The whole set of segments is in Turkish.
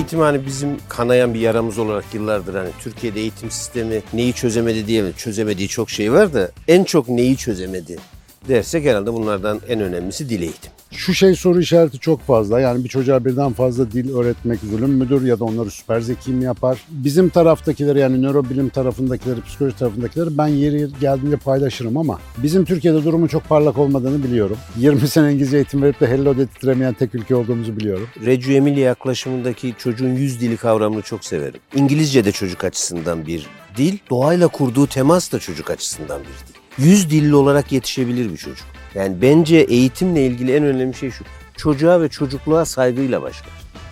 eğitim hani bizim kanayan bir yaramız olarak yıllardır hani Türkiye'de eğitim sistemi neyi çözemedi diye mi? Çözemediği çok şey var da en çok neyi çözemedi dersek herhalde bunlardan en önemlisi dil eğitimi. Şu soru işareti çok fazla. Yani bir çocuğa birden fazla dil öğretmek zulüm müdür ya da onları süper zeki mi yapar? Bizim taraftakileri yani nörobilim tarafındakileri, psikoloji tarafındakileri ben yeri geldiğinde paylaşırım ama bizim Türkiye'de durumun çok parlak olmadığını biliyorum. 20 sene İngilizce eğitim verip de hello de titremeyen tek ülke olduğumuzu biliyorum. Reggio Emilia yaklaşımındaki çocuğun yüz dili kavramını çok severim. İngilizce de çocuk açısından bir dil, doğayla kurduğu temas da çocuk açısından bir dil. Yüz dilli olarak yetişebilir bir çocuk. Yani bence eğitimle ilgili en önemli şey şu. Çocuğa ve çocukluğa saygıyla başlar.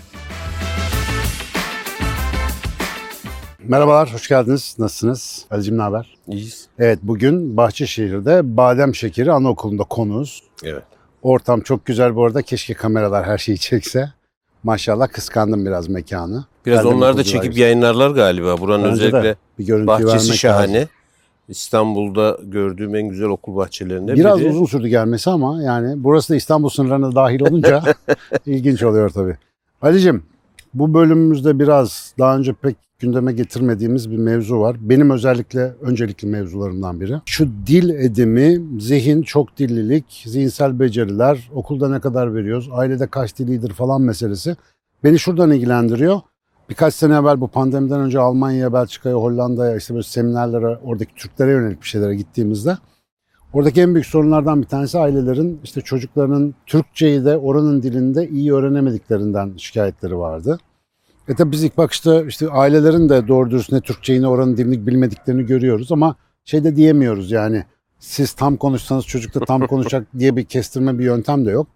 Merhabalar, hoş geldiniz. Nasılsınız? Ali'cim ne haber? İyiyiz. Evet, bugün Bahçeşehir'de Bademşekeri Anaokulu'nda konuğuz. Evet. Ortam çok güzel bu arada. Keşke kameralar her şeyi çekse. Maşallah kıskandım biraz mekanı. Biraz onlar da çekip yayınlarlar galiba. Buranın Bence özellikle bir bahçesi şahane. Lazım. İstanbul'da gördüğüm en güzel okul bahçelerinden biraz biri. Uzun sürdü gelmesi ama yani burası da İstanbul sınırlarına dahil olunca ilginç oluyor tabii. Ali'cim, bu bölümümüzde biraz daha önce pek gündeme getirmediğimiz bir mevzu var. Benim öncelikli mevzularımdan biri. Şu dil edimi, zihin, çok dillilik, zihinsel beceriler, okulda ne kadar veriyoruz, ailede kaç dil iyidir falan meselesi beni şuradan ilgilendiriyor. Birkaç sene evvel bu pandemiden önce Almanya'ya, Belçika'ya, Hollanda'ya işte böyle seminerlere, oradaki Türklere yönelik bir şeylere gittiğimizde oradaki en büyük sorunlardan bir tanesi ailelerin işte çocuklarının Türkçeyi de oranın dilinde iyi öğrenemediklerinden şikayetleri vardı. Tabi biz ilk bakışta işte ailelerin de doğru dürüst ne Türkçeyi ne oranın dilini bilmediklerini görüyoruz ama de diyemiyoruz yani siz tam konuşsanız çocuk da tam konuşacak diye bir kestirme bir yöntem de yok.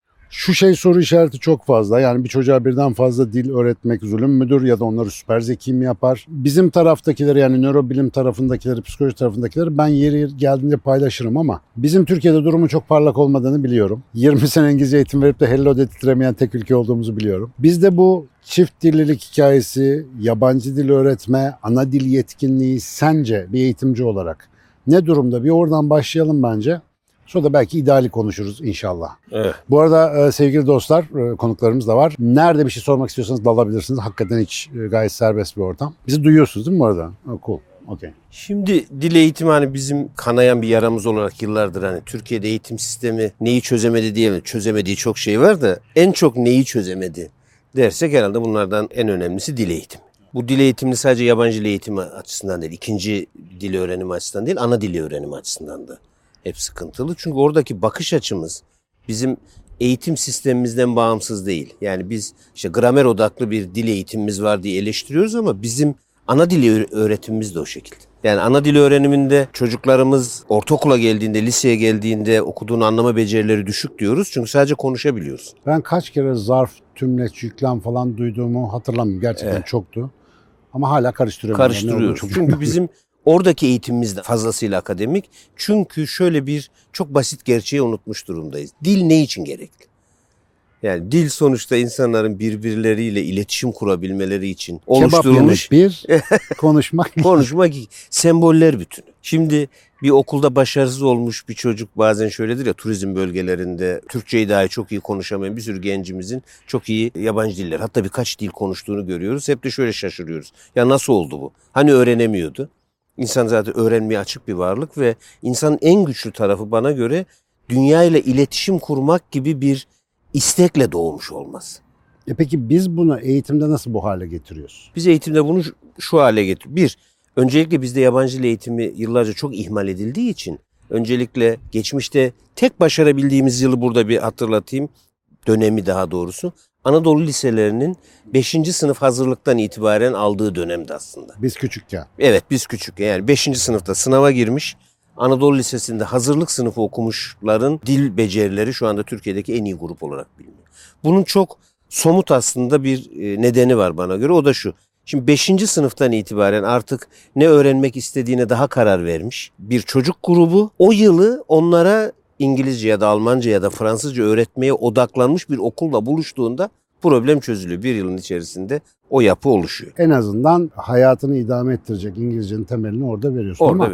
Şu soru işareti çok fazla. Yani bir çocuğa birden fazla dil öğretmek zulüm müdür ya da onları süper zeki mi yapar? Bizim taraftakileri yani nörobilim tarafındakileri, psikoloji tarafındakileri ben yeri geldiğinde paylaşırım ama bizim Türkiye'de durumun çok parlak olmadığını biliyorum. 20 sene İngilizce eğitim verip de hello de titremeyen tek ülke olduğumuzu biliyorum. Bizde bu çift dillilik hikayesi, yabancı dil öğretme, ana dil yetkinliği sence bir eğitimci olarak ne durumda? Bir oradan başlayalım bence. Sonra da belki ideali konuşuruz inşallah. Evet. Bu arada sevgili dostlar, konuklarımız da var. Nerede bir şey sormak istiyorsanız dalabilirsiniz. Hakikaten gayet serbest bir ortam. Bizi duyuyorsunuz değil mi bu arada? Oh, cool. Okay. Şimdi dil eğitimi hani bizim kanayan bir yaramız olarak yıllardır hani Türkiye'de eğitim sistemi neyi çözemedi diye mi? Çözemediği çok şey var da en çok neyi çözemedi dersek herhalde bunlardan en önemlisi dil eğitimi. Bu dil eğitimini sadece yabancı dil eğitimi açısından değil, ikinci dil öğrenimi açısından değil, ana dili öğrenimi açısından da hep sıkıntılı. Çünkü oradaki bakış açımız bizim eğitim sistemimizden bağımsız değil. Yani biz işte gramer odaklı bir dil eğitimimiz var diye eleştiriyoruz ama bizim ana dili öğretimimiz de o şekilde. Yani ana dil öğreniminde çocuklarımız ortaokula geldiğinde, liseye geldiğinde okuduğunu anlama becerileri düşük diyoruz. Çünkü sadece konuşabiliyoruz. Ben kaç kere zarf, tümleç, yüklem falan duyduğumu hatırlamıyorum. Gerçekten çoktu. Ama hala karıştırıyoruz. Çünkü bizim oradaki eğitimimiz de fazlasıyla akademik. Çünkü şöyle bir çok basit gerçeği unutmuş durumdayız. Dil ne için gerekli? Yani dil sonuçta insanların birbirleriyle iletişim kurabilmeleri için oluşturulmuş. Konuşmak semboller bütünü. Şimdi bir okulda başarısız olmuş bir çocuk bazen şöyledir ya, turizm bölgelerinde Türkçeyi dahi çok iyi konuşamayan bir sürü gencimizin çok iyi yabancı diller, hatta birkaç dil konuştuğunu görüyoruz. Hep de şöyle şaşırıyoruz. Ya nasıl oldu bu? Hani öğrenemiyordu? İnsan zaten öğrenmeye açık bir varlık ve insanın en güçlü tarafı bana göre dünya ile iletişim kurmak gibi bir istekle doğmuş olması. Peki biz bunu eğitimde nasıl bu hale getiriyoruz? Biz eğitimde bunu şu hale getiriyoruz. Öncelikle bizde yabancı dil eğitimi yıllarca çok ihmal edildiği için öncelikle geçmişte tek başarabildiğimiz yılı burada bir hatırlatayım. Dönemi daha doğrusu. Anadolu liselerinin 5. sınıf hazırlıktan itibaren aldığı dönemdi aslında. Biz küçükken. Evet, biz küçükken. Yani 5. sınıfta sınava girmiş, Anadolu Lisesi'nde hazırlık sınıfı okumuşların dil becerileri şu anda Türkiye'deki en iyi grup olarak biliniyor. Bunun çok somut aslında bir nedeni var bana göre. O da şu. Şimdi 5. sınıftan itibaren artık ne öğrenmek istediğine daha karar vermiş bir çocuk grubu o yılı onlara İngilizce ya da Almanca ya da Fransızca öğretmeye odaklanmış bir okulla buluştuğunda problem çözülüyor. Bir yılın içerisinde o yapı oluşuyor. En azından hayatını idame ettirecek İngilizcenin temelini orada veriyorsun. Orada veriyor.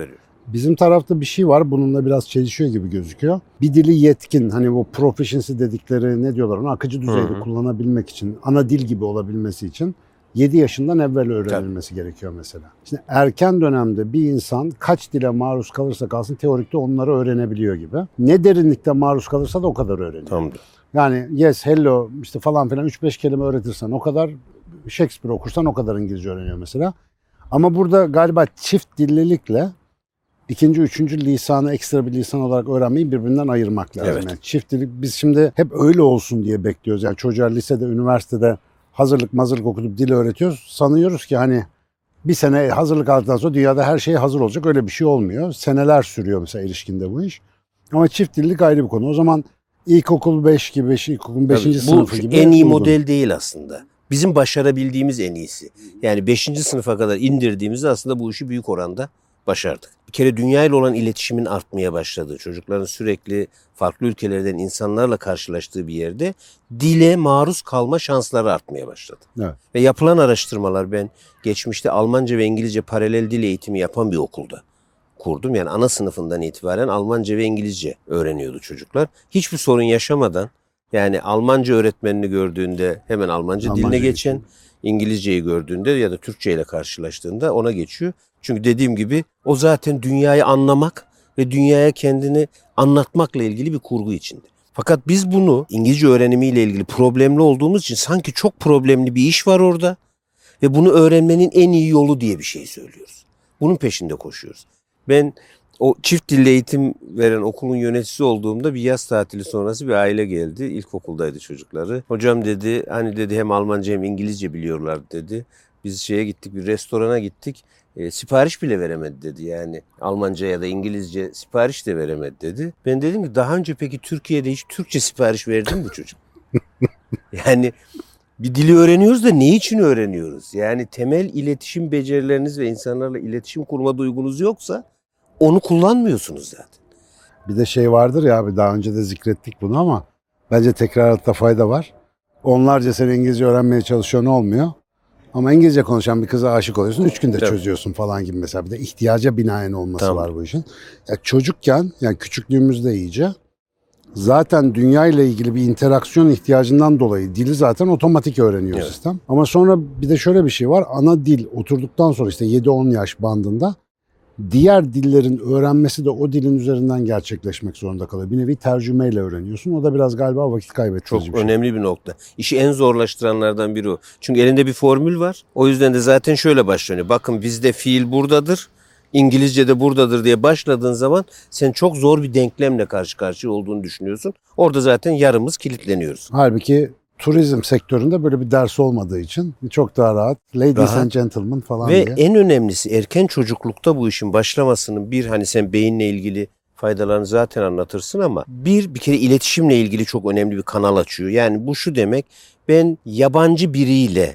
Bizim tarafta bir şey var. Bununla biraz çelişiyor gibi gözüküyor. Bir dili yetkin, hani bu proficiency dedikleri, ne diyorlar ona, akıcı düzeyde kullanabilmek için, ana dil gibi olabilmesi için 7 yaşından evvel öğrenilmesi gerekiyor mesela. Şimdi erken dönemde bir insan kaç dile maruz kalırsa kalsın teorikte onları öğrenebiliyor gibi. Ne derinlikte maruz kalırsa da o kadar öğreniyor. Tamamdır. Yani yes, hello işte falan filan 3-5 kelime öğretirsen o kadar, Shakespeare okursan o kadar İngilizce öğreniyor mesela. Ama burada galiba çift dillilikle ikinci, üçüncü lisanı ekstra bir lisan olarak öğrenmeyi birbirinden ayırmak lazım. Evet. Yani çift dillik biz şimdi hep öyle olsun diye bekliyoruz. Yani çocuğa lisede, üniversitede hazırlık okutup dil öğretiyoruz. Sanıyoruz ki hani bir sene hazırlık aldıktan sonra dünyada her şey hazır olacak. Öyle bir şey olmuyor. Seneler sürüyor mesela erişkinde bu iş. Ama çift dillik ayrı bir konu. O zaman ilkokul 5 gibi, ilkokul 5. sınıfı gibi. Bu en iyi uygun. model değil aslında. Bizim başarabildiğimiz en iyisi. Yani 5. sınıfa kadar indirdiğimizde aslında bu işi büyük oranda başardık. Bir kere dünya ile olan iletişimin artmaya başladığı, çocukların sürekli farklı ülkelerden insanlarla karşılaştığı bir yerde dile maruz kalma şansları artmaya başladı. Evet. Ve yapılan araştırmalar, ben geçmişte Almanca ve İngilizce paralel dil eğitimi yapan bir okulda kurdum. Yani ana sınıfından itibaren Almanca ve İngilizce öğreniyordu çocuklar. Hiçbir sorun yaşamadan, yani Almanca öğretmenini gördüğünde hemen Almanca diline geçen, İngilizceyi gördüğünde ya da Türkçe ile karşılaştığında ona geçiyor. Çünkü dediğim gibi o zaten dünyayı anlamak ve dünyaya kendini anlatmakla ilgili bir kurgu içinde. Fakat biz bunu İngilizce öğrenimiyle ilgili problemli olduğumuz için sanki çok problemli bir iş var orada ve bunu öğrenmenin en iyi yolu diye bir şey söylüyoruz. Bunun peşinde koşuyoruz. Ben o çift dilli eğitim veren okulun yöneticisi olduğumda bir yaz tatili sonrası bir aile geldi. İlkokuldaydı çocukları. Hocam dedi, hani dedi hem Almanca hem İngilizce biliyorlar dedi. Biz şeye gittik, bir restorana gittik. Sipariş bile veremedi dedi. Yani Almanca ya da İngilizce sipariş de veremedi dedi. Ben dedim ki daha önce peki Türkiye'de hiç Türkçe sipariş verdi mi bu çocuk? Yani bir dili öğreniyoruz da ne için öğreniyoruz? Yani temel iletişim becerileriniz ve insanlarla iletişim kurma duygunuz yoksa onu kullanmıyorsunuz zaten. Bir de şey vardır ya abi, daha önce de zikrettik bunu ama bence tekrarlatta fayda var. Onlarca sene İngilizce öğrenmeye çalışıyor, ne olmuyor? Ama İngilizce konuşan bir kıza aşık oluyorsun. 3 günde çözüyorsun falan gibi mesela. Bir de ihtiyaca binaen olması var bu işin. Ya çocukken, yani küçüklüğümüzde iyice zaten dünya ile ilgili bir interaksiyon ihtiyacından dolayı dili zaten otomatik öğreniyor sistem. Ama sonra bir de şöyle bir şey var. Ana dil oturduktan sonra işte 7-10 yaş bandında diğer dillerin öğrenmesi de o dilin üzerinden gerçekleşmek zorunda kalıyor. Bir nevi tercümeyle öğreniyorsun. O da biraz galiba vakit kaybettirici Çok bir şey. önemli bir nokta. İşi en zorlaştıranlardan biri o. Çünkü elinde bir formül var. O yüzden de zaten şöyle başlanıyor. Bakın bizde fiil buradadır, İngilizce'de buradadır diye başladığın zaman sen çok zor bir denklemle karşı karşıya olduğunu düşünüyorsun. Orada zaten yarımız kilitleniyoruz. Halbuki turizm sektöründe böyle bir ders olmadığı için çok daha rahat. Ladies and gentlemen falan ve diye. en önemlisi erken çocuklukta bu işin başlamasının bir, hani sen beyinle ilgili faydalarını zaten anlatırsın ama bir kere iletişimle ilgili çok önemli bir kanal açıyor. Yani bu şu demek, ben yabancı biriyle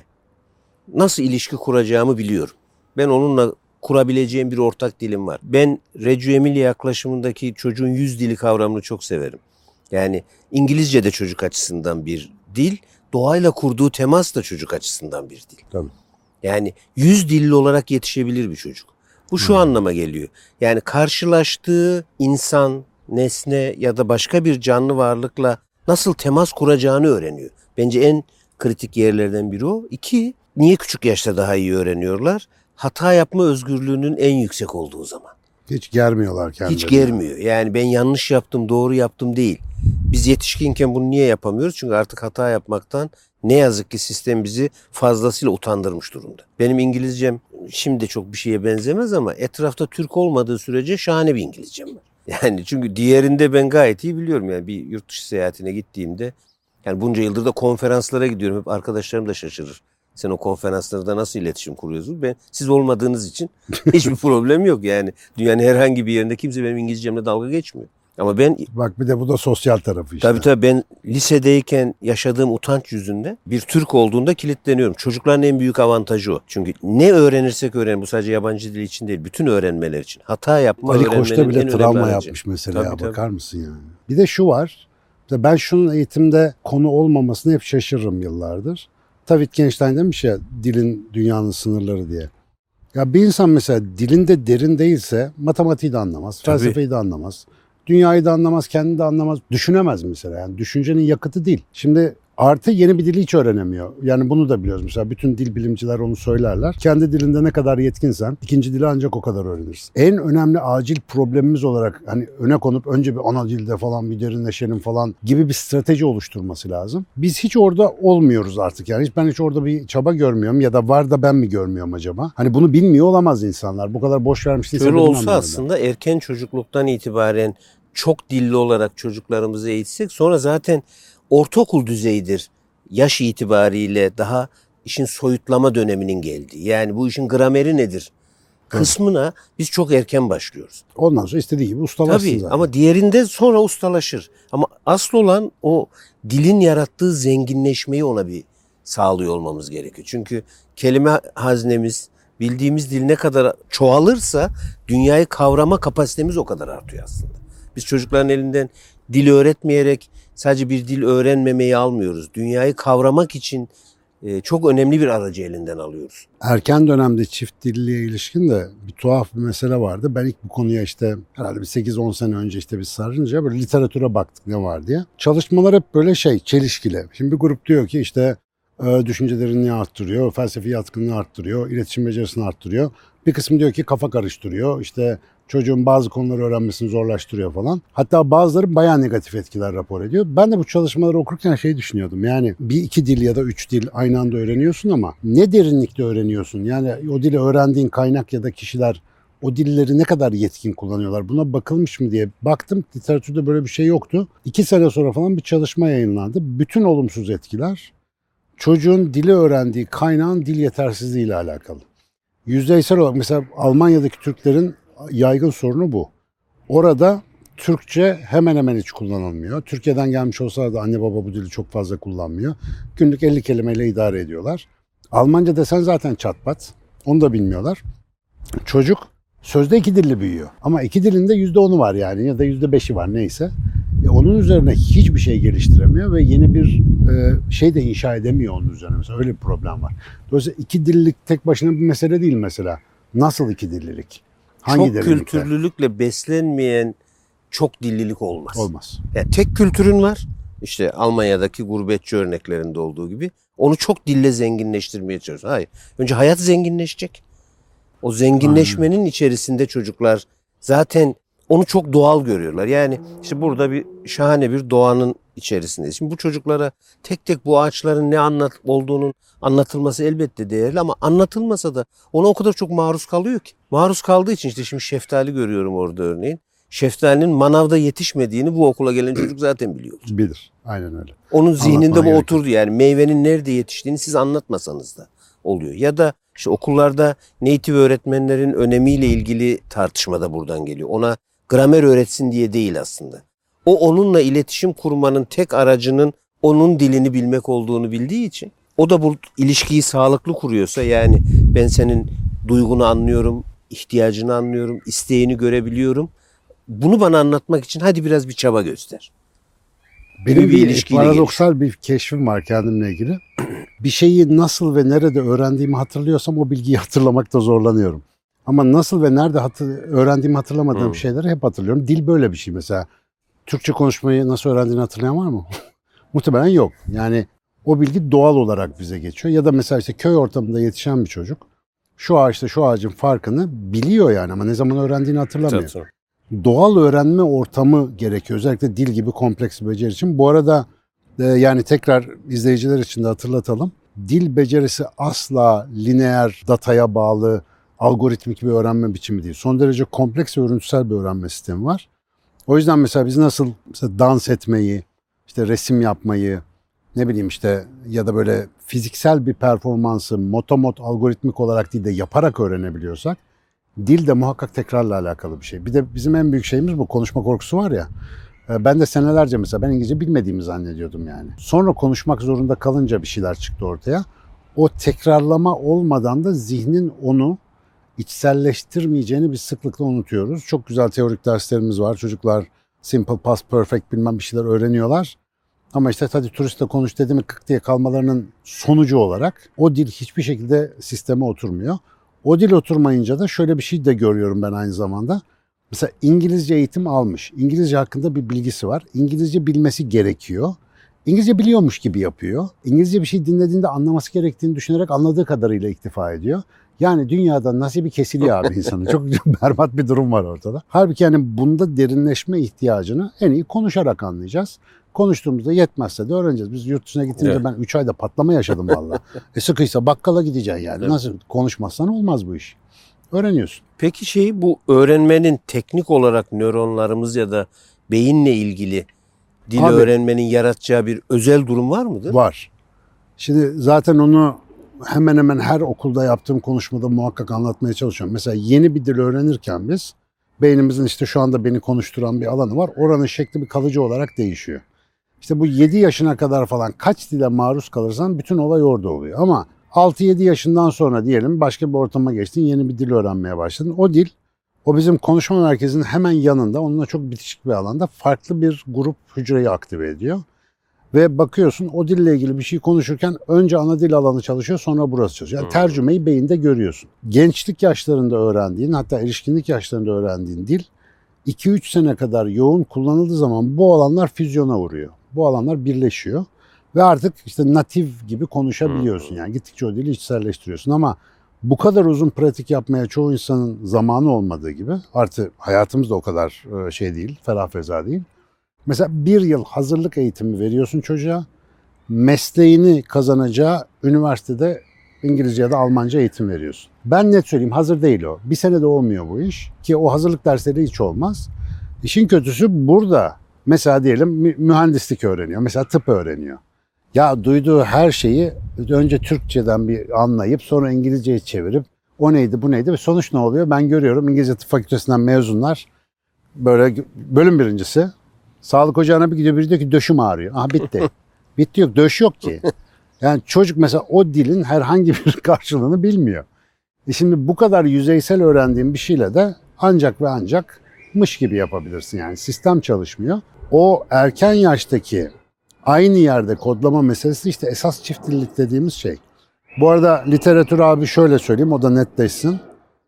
nasıl ilişki kuracağımı biliyorum. Ben onunla kurabileceğim bir ortak dilim var. Ben Reggio Emilia yaklaşımındaki çocuğun yüz dili kavramını çok severim. Yani İngilizce de çocuk açısından bir dil, doğayla kurduğu temas da çocuk açısından bir dil. Tabii. Yani yüz dilli olarak yetişebilir bir çocuk. Bu şu anlama geliyor. Yani karşılaştığı insan, nesne ya da başka bir canlı varlıkla nasıl temas kuracağını öğreniyor. Bence en kritik yerlerden biri o. 2, niye küçük yaşta daha iyi öğreniyorlar? Hata yapma özgürlüğünün en yüksek olduğu zaman. Hiç germiyorlar kendilerini. Hiç germiyor. Yani ben yanlış yaptım, doğru yaptım değil. Biz yetişkinken bunu niye yapamıyoruz? Çünkü artık hata yapmaktan ne yazık ki sistem bizi fazlasıyla utandırmış durumda. Benim İngilizcem şimdi de çok bir şeye benzemez ama etrafta Türk olmadığı sürece şahane bir İngilizcem var. Yani çünkü diğerinde ben gayet iyi biliyorum. Yani bir yurt dışı seyahatine gittiğimde, yani bunca yıldır da konferanslara gidiyorum. Hep arkadaşlarım da şaşırır. Sen o konferanslarda nasıl iletişim kuruyorsun? Siz olmadığınız için hiçbir problem yok. Yani dünyanın herhangi bir yerinde kimse benim İngilizcemle dalga geçmiyor. Ama ben... Bak bir de bu da sosyal tarafı işte. Tabii ben lisedeyken yaşadığım utanç yüzünden bir Türk olduğunda kilitleniyorum. Çocukların en büyük avantajı o. Çünkü ne öğrenirsek öğrenelim, bu sadece yabancı dil için değil, bütün öğrenmeler için. Hata yapma Ali öğrenmenin Koç'ta bile en önemli travma aracı. yapmış mesela, Tabii. bakar mısın yani. Bir de şu var. Ben şunun eğitimde konu olmamasını hep şaşırırım yıllardır. Ta Wittgenstein demiş ya, dilin dünyanın sınırları diye. Ya bir insan mesela dilinde derin değilse matematiği de anlamaz, Tabii. felsefeyi de anlamaz, dünyayı da anlamaz, kendini de anlamaz, düşünemez mesela. Yani düşüncenin yakıtı dil. Şimdi artı yeni bir dili hiç öğrenemiyor. Yani bunu da biliyoruz mesela, bütün dil bilimciler onu söylerler. Kendi dilinde ne kadar yetkinsen ikinci dili ancak o kadar öğrenirsin. En önemli acil problemimiz olarak hani öne konup önce bir ana dilde falan bir derinleşelim falan gibi bir strateji oluşturması lazım. Biz hiç orada olmuyoruz artık yani. Ben hiç orada bir çaba görmüyorum ya da var da ben mi görmüyorum acaba? Hani bunu bilmiyor olamaz insanlar. Bu kadar boş vermiş değilse. Şöyle olsa aslında erken çocukluktan itibaren çok dilli olarak çocuklarımızı eğitsek, sonra zaten ortaokul düzeyidir yaş itibariyle daha işin soyutlama döneminin geldiği. Yani bu işin grameri nedir kısmına biz çok erken başlıyoruz. Ondan sonra istediği gibi ustalaşsın Tabii zaten. ama diğerinde sonra ustalaşır. Ama asıl olan o dilin yarattığı zenginleşmeyi ona bir sağlıyor olmamız gerekiyor. Çünkü kelime haznemiz, bildiğimiz dil ne kadar çoğalırsa dünyayı kavrama kapasitemiz o kadar artıyor aslında. Biz çocukların elinden dil öğretmeyerek sadece bir dil öğrenmemeyi almıyoruz. Dünyayı kavramak için çok önemli bir aracı elinden alıyoruz. Erken dönemde çift dilliliğe ilişkin de bir tuhaf bir mesele vardı. Ben ilk bu konuya işte herhalde bir 8-10 sene önce işte biz sarınca böyle literatüre baktık ne var diye. Çalışmalar hep böyle çelişkili. Şimdi bir grup diyor ki işte düşünce derinliği arttırıyor, felsefi yatkınlığı arttırıyor, iletişim becerisini arttırıyor. Bir kısmı diyor ki kafa karıştırıyor, işte çocuğun bazı konuları öğrenmesini zorlaştırıyor falan. Hatta bazıları bayağı negatif etkiler rapor ediyor. Ben de bu çalışmaları okurken düşünüyordum. Yani bir iki dil ya da üç dil aynı anda öğreniyorsun ama ne derinlikte öğreniyorsun? Yani o dili öğrendiğin kaynak ya da kişiler o dilleri ne kadar yetkin kullanıyorlar? Buna bakılmış mı diye baktım. Literatürde böyle bir şey yoktu. 2 sene sonra falan bir çalışma yayınlandı. Bütün olumsuz etkiler çocuğun dili öğrendiği kaynağın dil yetersizliği ile alakalı. Yüzeysel olarak mesela Almanya'daki Türklerin yaygın sorunu bu. Orada Türkçe hemen hemen hiç kullanılmıyor. Türkiye'den gelmiş olsalar da anne baba bu dili çok fazla kullanmıyor. Günlük 50 kelimeyle idare ediyorlar. Almanca desen zaten çatpat. Onu da bilmiyorlar. Çocuk sözde iki dilli büyüyor. Ama iki dilinde %10'u var yani ya da %5'i var neyse. Onun üzerine hiçbir şey geliştiremiyor ve yeni bir şey de inşa edemiyor onun üzerine. Mesela öyle bir problem var. Dolayısıyla iki dillilik tek başına bir mesele değil mesela. Nasıl iki dillilik? Hangi çok derinlikte? kültürlülükle beslenmeyen çok dillilik olmaz. Olmaz. Yani tek kültürün var. İşte Almanya'daki gurbetçi örneklerinde olduğu gibi. Onu çok dille zenginleştirmeye çalışıyoruz. Hayır. Önce hayat zenginleşecek. O zenginleşmenin içerisinde çocuklar zaten onu çok doğal görüyorlar. Yani işte burada bir şahane bir doğanın içerisindeyiz. Şimdi bu çocuklara tek tek bu ağaçların ne olduğunun anlatılması elbette değerli ama anlatılmasa da ona o kadar çok maruz kalıyor ki. Maruz kaldığı için işte şimdi şeftali görüyorum orada örneğin. Şeftalinin manavda yetişmediğini bu okula gelen çocuk zaten biliyor. Bilir. Aynen öyle. Onun zihninde Anlatman bu gerekiyor. oturdu. Yani meyvenin nerede yetiştiğini siz anlatmasanız da oluyor. Ya da işte okullarda native öğretmenlerin önemiyle ilgili tartışma da buradan geliyor. Ona gramer öğretsin diye değil aslında. O onunla iletişim kurmanın tek aracının onun dilini bilmek olduğunu bildiği için o da bu ilişkiyi sağlıklı kuruyorsa yani ben senin duygunu anlıyorum, ihtiyacını anlıyorum, isteğini görebiliyorum. Bunu bana anlatmak için hadi biraz bir çaba göster. Benim bir ilişkiyle paradoksal bir keşfim var kendimle ilgili. Bir şeyi nasıl ve nerede öğrendiğimi hatırlıyorsam o bilgiyi hatırlamakta zorlanıyorum. Ama nasıl ve nerede öğrendiğimi hatırlamadığım şeyleri hep hatırlıyorum. Dil böyle bir şey mesela. Türkçe konuşmayı nasıl öğrendiğini hatırlayan var mı? Muhtemelen yok. Yani o bilgi doğal olarak bize geçiyor. Ya da mesela işte köy ortamında yetişen bir çocuk şu ağaçta şu ağacın farkını biliyor yani ama ne zaman öğrendiğini hatırlamıyor. Tabii. Doğal öğrenme ortamı gerekiyor. Özellikle dil gibi kompleks bir beceri için. Bu arada yani tekrar izleyiciler için de hatırlatalım. Dil becerisi asla lineer, dataya bağlı, algoritmik bir öğrenme biçimi değil. Son derece kompleks ve örüntüsel bir öğrenme sistemi var. O yüzden mesela biz nasıl mesela dans etmeyi, işte resim yapmayı, ne bileyim işte ya da böyle fiziksel bir performansı motomot algoritmik olarak değil de yaparak öğrenebiliyorsak, dil de muhakkak tekrarla alakalı bir şey. Bir de bizim en büyük şeyimiz bu konuşma korkusu var ya. Ben de senelerce mesela ben İngilizce bilmediğimi zannediyordum yani. Sonra konuşmak zorunda kalınca bir şeyler çıktı ortaya. O tekrarlama olmadan da zihnin onu içselleştirmeyeceğini biz sıklıkla unutuyoruz. Çok güzel teorik derslerimiz var. Çocuklar simple past perfect bilmem bir şeyler öğreniyorlar. Ama işte hadi turistle konuş dedi mi kık diye kalmalarının sonucu olarak o dil hiçbir şekilde sisteme oturmuyor. O dil oturmayınca da şöyle bir şey de görüyorum ben aynı zamanda. Mesela İngilizce eğitim almış. İngilizce hakkında bir bilgisi var. İngilizce bilmesi gerekiyor. İngilizce biliyormuş gibi yapıyor. İngilizce bir şey dinlediğinde anlaması gerektiğini düşünerek anladığı kadarıyla iktifa ediyor. Yani dünyada nasibi kesiliyor abi insanın. Çok berbat bir durum var ortada. Halbuki yani bunda derinleşme ihtiyacını en iyi konuşarak anlayacağız. Konuştuğumuzda yetmezse de öğreneceğiz. Biz yurt dışına gittiğimde Evet. ben 3 ayda patlama yaşadım valla. Sıkıysa bakkala gideceksin yani. Evet. Nasıl konuşmazsan olmaz bu iş. Öğreniyorsun. Peki bu öğrenmenin teknik olarak nöronlarımız ya da beyinle ilgili dil Abi, öğrenmenin yaratacağı bir özel durum var mıdır? var. Şimdi zaten onu hemen hemen her okulda yaptığım konuşmada muhakkak anlatmaya çalışıyorum. Mesela yeni bir dil öğrenirken biz beynimizin işte şu anda beni konuşturan bir alanı var. Oranın şekli bir kalıcı olarak değişiyor. İşte bu 7 yaşına kadar falan kaç dile maruz kalırsan bütün olay orada oluyor. Ama 6-7 yaşından sonra diyelim başka bir ortama geçtin, yeni bir dil öğrenmeye başladın. O dil, o bizim konuşma merkezinin hemen yanında, onunla çok bitişik bir alanda farklı bir grup hücreyi aktive ediyor. Ve bakıyorsun o dille ilgili bir şey konuşurken önce ana dil alanı çalışıyor, sonra burası çalışıyor. Yani tercümeyi beyinde görüyorsun. Gençlik yaşlarında öğrendiğin, hatta erişkinlik yaşlarında öğrendiğin dil 2-3 sene kadar yoğun kullanıldığı zaman bu alanlar füzyona uğruyor. Bu alanlar birleşiyor ve artık işte natif gibi konuşabiliyorsun. Yani gittikçe o dili içselleştiriyorsun ama bu kadar uzun pratik yapmaya çoğu insanın zamanı olmadığı gibi, artı hayatımız da o kadar şey değil, ferah feza değil. Mesela 1 yıl hazırlık eğitimi veriyorsun çocuğa, mesleğini kazanacağı üniversitede İngilizce ya da Almanca eğitim veriyorsun. Ben net söyleyeyim, hazır değil o. Bir senede olmuyor bu iş ki o hazırlık dersleri hiç olmaz. İşin kötüsü burada. Mesela diyelim mühendislik öğreniyor, mesela tıp öğreniyor. Ya duyduğu her şeyi önce Türkçeden bir anlayıp sonra İngilizceye çevirip o neydi bu neydi ve sonuç ne oluyor? Ben görüyorum İngilizce Tıp Fakültesinden mezunlar böyle bölüm birincisi. Sağlık ocağına bir gidiyor, biri diyor ki döşüm ağrıyor. Aha bitti. Bitti yok, döş yok ki. Yani çocuk mesela o dilin herhangi bir karşılığını bilmiyor. Şimdi bu kadar yüzeysel öğrendiğin bir şeyle de ancak ve ancak mış gibi yapabilirsin. Yani sistem çalışmıyor. O erken yaştaki aynı yerde kodlama meselesi işte esas çift dillilik dediğimiz şey. Bu arada literatür abi şöyle söyleyeyim, o da netleşsin.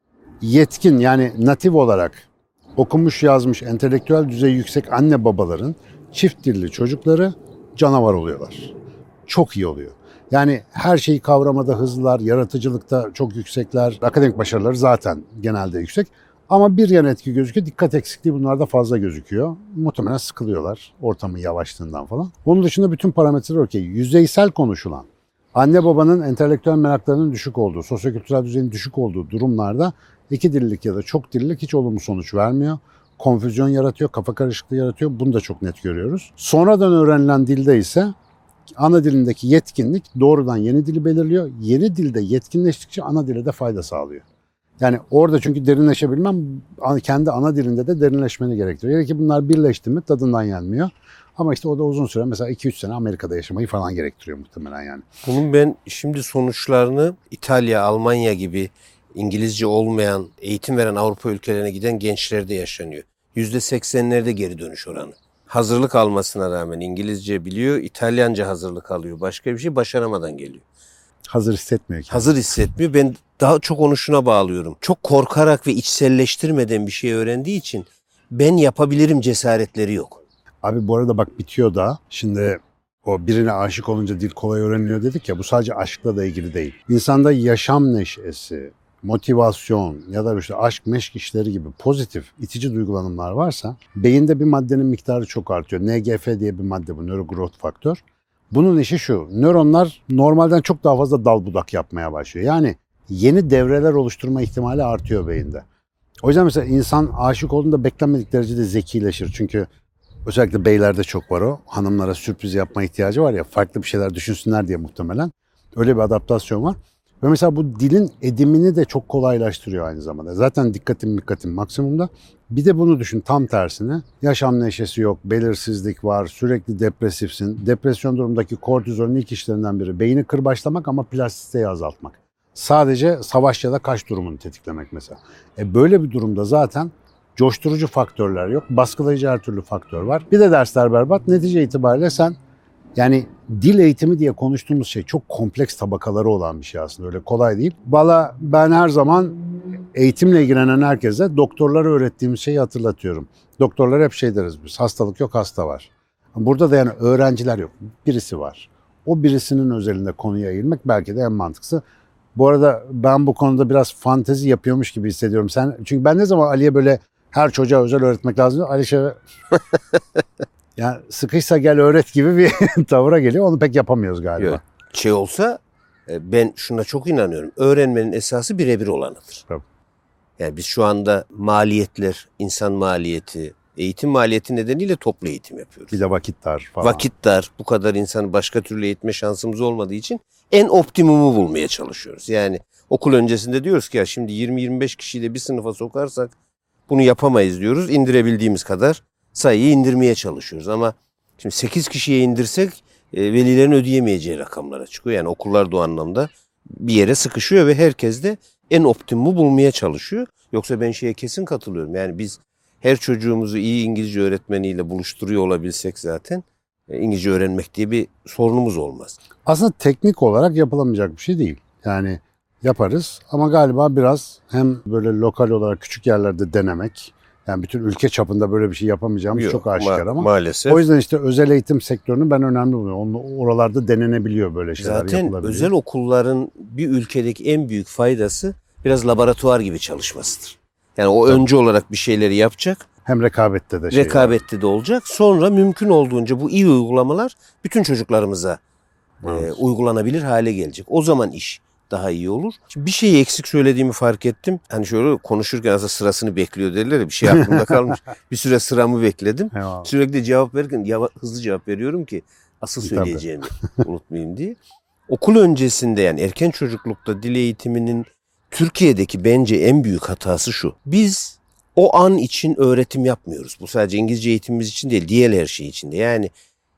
Yetkin yani natif olarak okumuş yazmış entelektüel düzeyi yüksek anne babaların çift dilli çocukları canavar oluyorlar. Çok iyi oluyor. Yani her şeyi kavramada hızlılar, yaratıcılıkta çok yüksekler, akademik başarıları zaten genelde yüksek. Ama bir yan etki gözüküyor, dikkat eksikliği bunlarda fazla gözüküyor. Muhtemelen sıkılıyorlar ortamın yavaşlığından falan. Onun dışında bütün parametreler okey. Yüzeysel konuşulan, anne babanın entelektüel meraklarının düşük olduğu, sosyokültürel düzeyin düşük olduğu durumlarda iki dillilik ya da çok dillilik hiç olumlu sonuç vermiyor. Konfüzyon yaratıyor, kafa karışıklığı yaratıyor. Bunu da çok net görüyoruz. Sonradan öğrenilen dilde ise ana dilindeki yetkinlik doğrudan yeni dili belirliyor. Yeni dilde yetkinleştikçe ana dile de fayda sağlıyor. Yani orada çünkü derinleşebilmem kendi ana dilinde de derinleşmeni gerektiriyor. Yani ki bunlar birleşti mi tadından yenmiyor. Ama işte o da uzun süre, mesela 2-3 sene Amerika'da yaşamayı falan gerektiriyor muhtemelen yani. Bunun ben şimdi sonuçlarını İtalya, Almanya gibi İngilizce olmayan, eğitim veren Avrupa ülkelerine giden gençlerde yaşanıyor. %80'lerde geri dönüş oranı. Hazırlık almasına rağmen İngilizce biliyor, İtalyanca hazırlık alıyor. Başka bir şey başaramadan geliyor. Hazır hissetmiyor ki. Hazır hissetmiyor. Ben daha çok onu şuna bağlıyorum. Çok korkarak ve içselleştirmeden bir şey öğrendiği için ben yapabilirim cesaretleri yok. Abi bu arada bak bitiyor da. Şimdi o birine aşık olunca dil kolay öğreniliyor dedik ya, bu sadece aşkla da ilgili değil. İnsanda yaşam neşesi, motivasyon ya da işte aşk meşk işleri gibi pozitif, itici duygulanımlar varsa beyinde bir maddenin miktarı çok artıyor. NGF diye bir madde bu, Neuro Growth Factor. Bunun işi şu, nöronlar normalden çok daha fazla dal budak yapmaya başlıyor. Yani yeni devreler oluşturma ihtimali artıyor beyinde. O yüzden mesela insan aşık olduğunda beklenmedik derecede zekileşir. Çünkü özellikle beylerde çok var o. Hanımlara sürpriz yapma ihtiyacı var ya, farklı bir şeyler düşünsünler diye muhtemelen. Öyle bir adaptasyon var. Ve mesela bu dilin edimini de çok kolaylaştırıyor aynı zamanda. Zaten dikkatim maksimumda. Bir de bunu düşün tam tersine. Yaşam neşesi yok, belirsizlik var, sürekli depresifsin. Depresyon durumundaki kortizolün ilk işlerinden biri beyni kırbaçlamak ama plastisiteyi azaltmak. Sadece savaş ya da kaç durumunu tetiklemek mesela. Böyle bir durumda zaten coşturucu faktörler yok. Baskılayıcı her türlü faktör var. Bir de dersler berbat. Netice itibariyle sen Yani dil eğitimi diye konuştuğumuz şey çok kompleks tabakaları olan bir şey aslında. Öyle kolay değil. Valla ben her zaman eğitimle ilgilenen herkese doktorlara öğrettiğimiz şeyi hatırlatıyorum. Doktorlar hep şey deriz biz, hastalık yok, hasta var. Burada da yani öğrenciler yok, birisi var. O birisinin özelinde konuya eğilmek belki de en mantıklısı. Bu arada ben bu konuda biraz fantezi yapıyormuş gibi hissediyorum. Çünkü ben ne zaman Ali'ye böyle her çocuğa özel öğretmek lazım. Ali şöyle yani sıkıysa gel öğret gibi bir tavıra geliyor. Onu pek yapamıyoruz galiba. Yok. Şey olsa ben şuna çok inanıyorum. Öğrenmenin esası birebir olanıdır. Tabii. Yani biz şu anda maliyetler, insan maliyeti, eğitim maliyeti nedeniyle toplu eğitim yapıyoruz. Bir de vakit dar falan. Vakit dar, bu kadar insanı başka türlü eğitme şansımız olmadığı için en optimumu bulmaya çalışıyoruz. Yani okul öncesinde diyoruz ki ya şimdi 20-25 kişiyi de bir sınıfa sokarsak bunu yapamayız diyoruz. İndirebildiğimiz kadar sayıyı indirmeye çalışıyoruz. Ama şimdi 8 kişiye indirsek velilerin ödeyemeyeceği rakamlara çıkıyor. Yani okullar da o anlamda bir yere sıkışıyor ve herkes de en optimumu bulmaya çalışıyor. Yoksa ben şeye kesin katılıyorum. Yani biz her çocuğumuzu iyi İngilizce öğretmeniyle buluşturuyor olabilsek zaten İngilizce öğrenmek diye bir sorunumuz olmaz. Aslında teknik olarak yapılamayacak bir şey değil. Yani yaparız ama galiba biraz hem böyle lokal olarak küçük yerlerde denemek, yani bütün ülke çapında böyle bir şey yapamayacağımız Yok, çok aşikar ama maalesef. o yüzden işte özel eğitim sektörünü ben önemli buluyorum. Oralarda denenebiliyor böyle şeyler, Zaten yapılabiliyor. özel okulların bir ülkedeki en büyük faydası biraz laboratuvar gibi çalışmasıdır. Yani o önce olarak bir şeyleri yapacak. Hem rekabette de Rekabette de olacak. Sonra mümkün olduğunca bu iyi uygulamalar bütün çocuklarımıza uygulanabilir hale gelecek. O zaman iş daha iyi olur. Şimdi bir şeyi eksik söylediğimi fark ettim. Hani şöyle konuşurken aslında sırasını bekliyor derler ya, bir şey aklımda kalmış. Bir süre sıramı bekledim. Eyvallah. Sürekli cevap verirken hızlı cevap veriyorum ki asıl söyleyeceğimi unutmayayım diye. Okul öncesinde yani erken çocuklukta dil eğitiminin Türkiye'deki bence en büyük hatası şu. Biz o an için öğretim yapmıyoruz. Bu sadece İngilizce eğitimimiz için değil, diğer her şey için de. Yani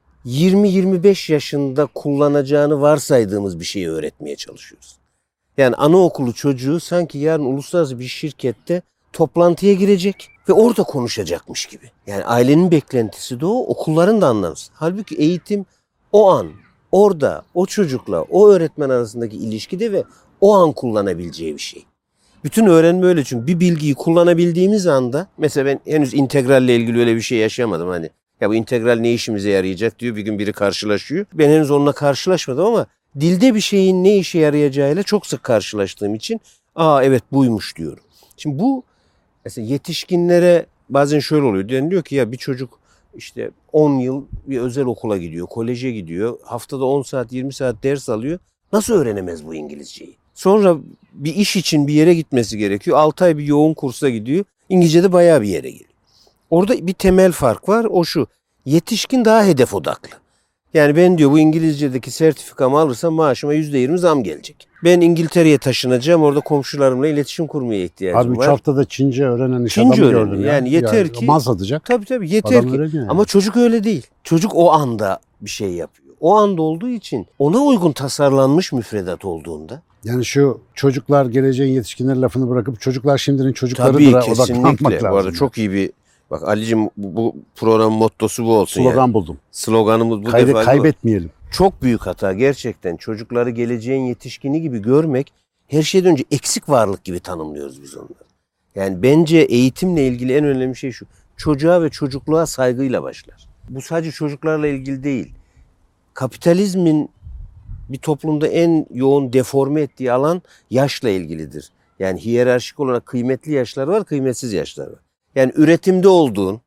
20-25 yaşında kullanacağını varsaydığımız bir şeyi öğretmeye çalışıyoruz. Yani anaokulu çocuğu sanki yarın uluslararası bir şirkette toplantıya girecek ve orada konuşacakmış gibi. Yani ailenin beklentisi de o, okulların da anlaması. Halbuki eğitim o an, orada, o çocukla, o öğretmen arasındaki ilişkide ve o an kullanabileceği bir şey. Bütün öğrenme öyle, çünkü bir bilgiyi kullanabildiğimiz anda, mesela ben henüz integralle ilgili öyle bir şey yaşamadım. Hani ya bu integral ne işimize yarayacak diyor, bir gün biri karşılaşıyor. Ben henüz onunla karşılaşmadım ama dilde bir şeyin ne işe yarayacağıyla çok sık karşılaştığım için evet buymuş diyorum. Şimdi bu mesela yetişkinlere bazen şöyle oluyor. Deniliyor ki ya bir çocuk işte 10 yıl bir özel okula gidiyor, koleje gidiyor. Haftada 10 saat 20 saat ders alıyor. Nasıl öğrenemez bu İngilizceyi? Sonra bir iş için bir yere gitmesi gerekiyor. 6 ay bir yoğun kursa gidiyor. İngilizce'de bayağı bir yere geliyor. Orada bir temel fark var. O şu: yetişkin daha hedef odaklı. Yani ben diyor bu İngilizce'deki sertifikamı alırsam maaşıma %20 zam gelecek. Ben İngiltere'ye taşınacağım. Orada komşularımla iletişim kurmaya ihtiyacım Abi var. 3 haftada Çince öğrenen iş Çince adamı öğreniyor. gördüm ya. Yani yeter ki. Mal satacak. Tabii yeter Adam ki. öğreniyor yani. Ama çocuk öyle değil. Çocuk o anda bir şey yapıyor. O anda olduğu için ona uygun tasarlanmış müfredat olduğunda. Yani şu çocuklar geleceğin yetişkinleri lafını bırakıp çocuklar şimdinin çocuklarıdır Tabii odaklanmak kesinlikle. lazım. Bu arada çok iyi bir, bak Ali'cim, bu programın mottosu bu olsun. Slogan yani. buldum. Sloganımız bu defa. Kaybetmeyelim. Çok büyük hata gerçekten. Çocukları geleceğin yetişkini gibi görmek, her şeyden önce eksik varlık gibi tanımlıyoruz biz onları. Yani bence eğitimle ilgili en önemli şey şu: çocuğa ve çocukluğa saygıyla başlar. Bu sadece çocuklarla ilgili değil. Kapitalizmin bir toplumda en yoğun deforme ettiği alan yaşla ilgilidir. Yani hiyerarşik olarak kıymetli yaşlar var, kıymetsiz yaşlar var. Yani üretimde olduğun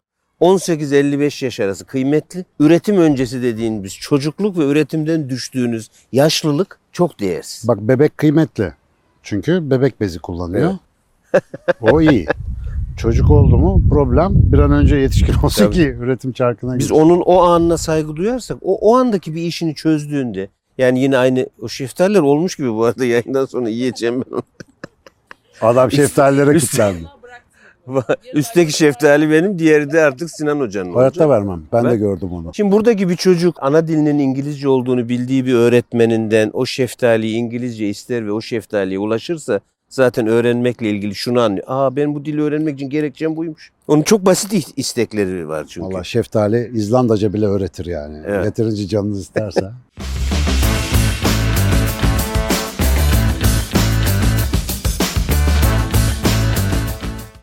18-55 yaş arası kıymetli, üretim öncesi dediğimiz çocukluk ve üretimden düştüğünüz yaşlılık çok değersiz. Bak, bebek kıymetli. Çünkü bebek bezi kullanıyor. O iyi. Çocuk oldu mu problem, bir an önce yetişkin olsun ki üretim çarkına Biz girsin. onun o anına saygı duyarsak, o andaki bir işini çözdüğünde, yani yine aynı o şeftaller olmuş gibi bu arada, yayından sonra yiyeceğim ben onu. Adam şeftalilere kilitlendi. Üstteki şeftali benim, diğeri de artık Sinan Hoca'nın olacak. Hayatta vermem. Ben de gördüm onu. Şimdi buradaki bir çocuk ana dilinin İngilizce olduğunu bildiği bir öğretmeninden o şeftaliyi İngilizce ister ve o şeftaliye ulaşırsa zaten öğrenmekle ilgili şunu anlıyor. Ben bu dili öğrenmek için gerekçem buymuş. Onun çok basit istekleri var çünkü. Valla şeftali İzlandaca bile öğretir yani. Evet. Yeterince canınız isterse.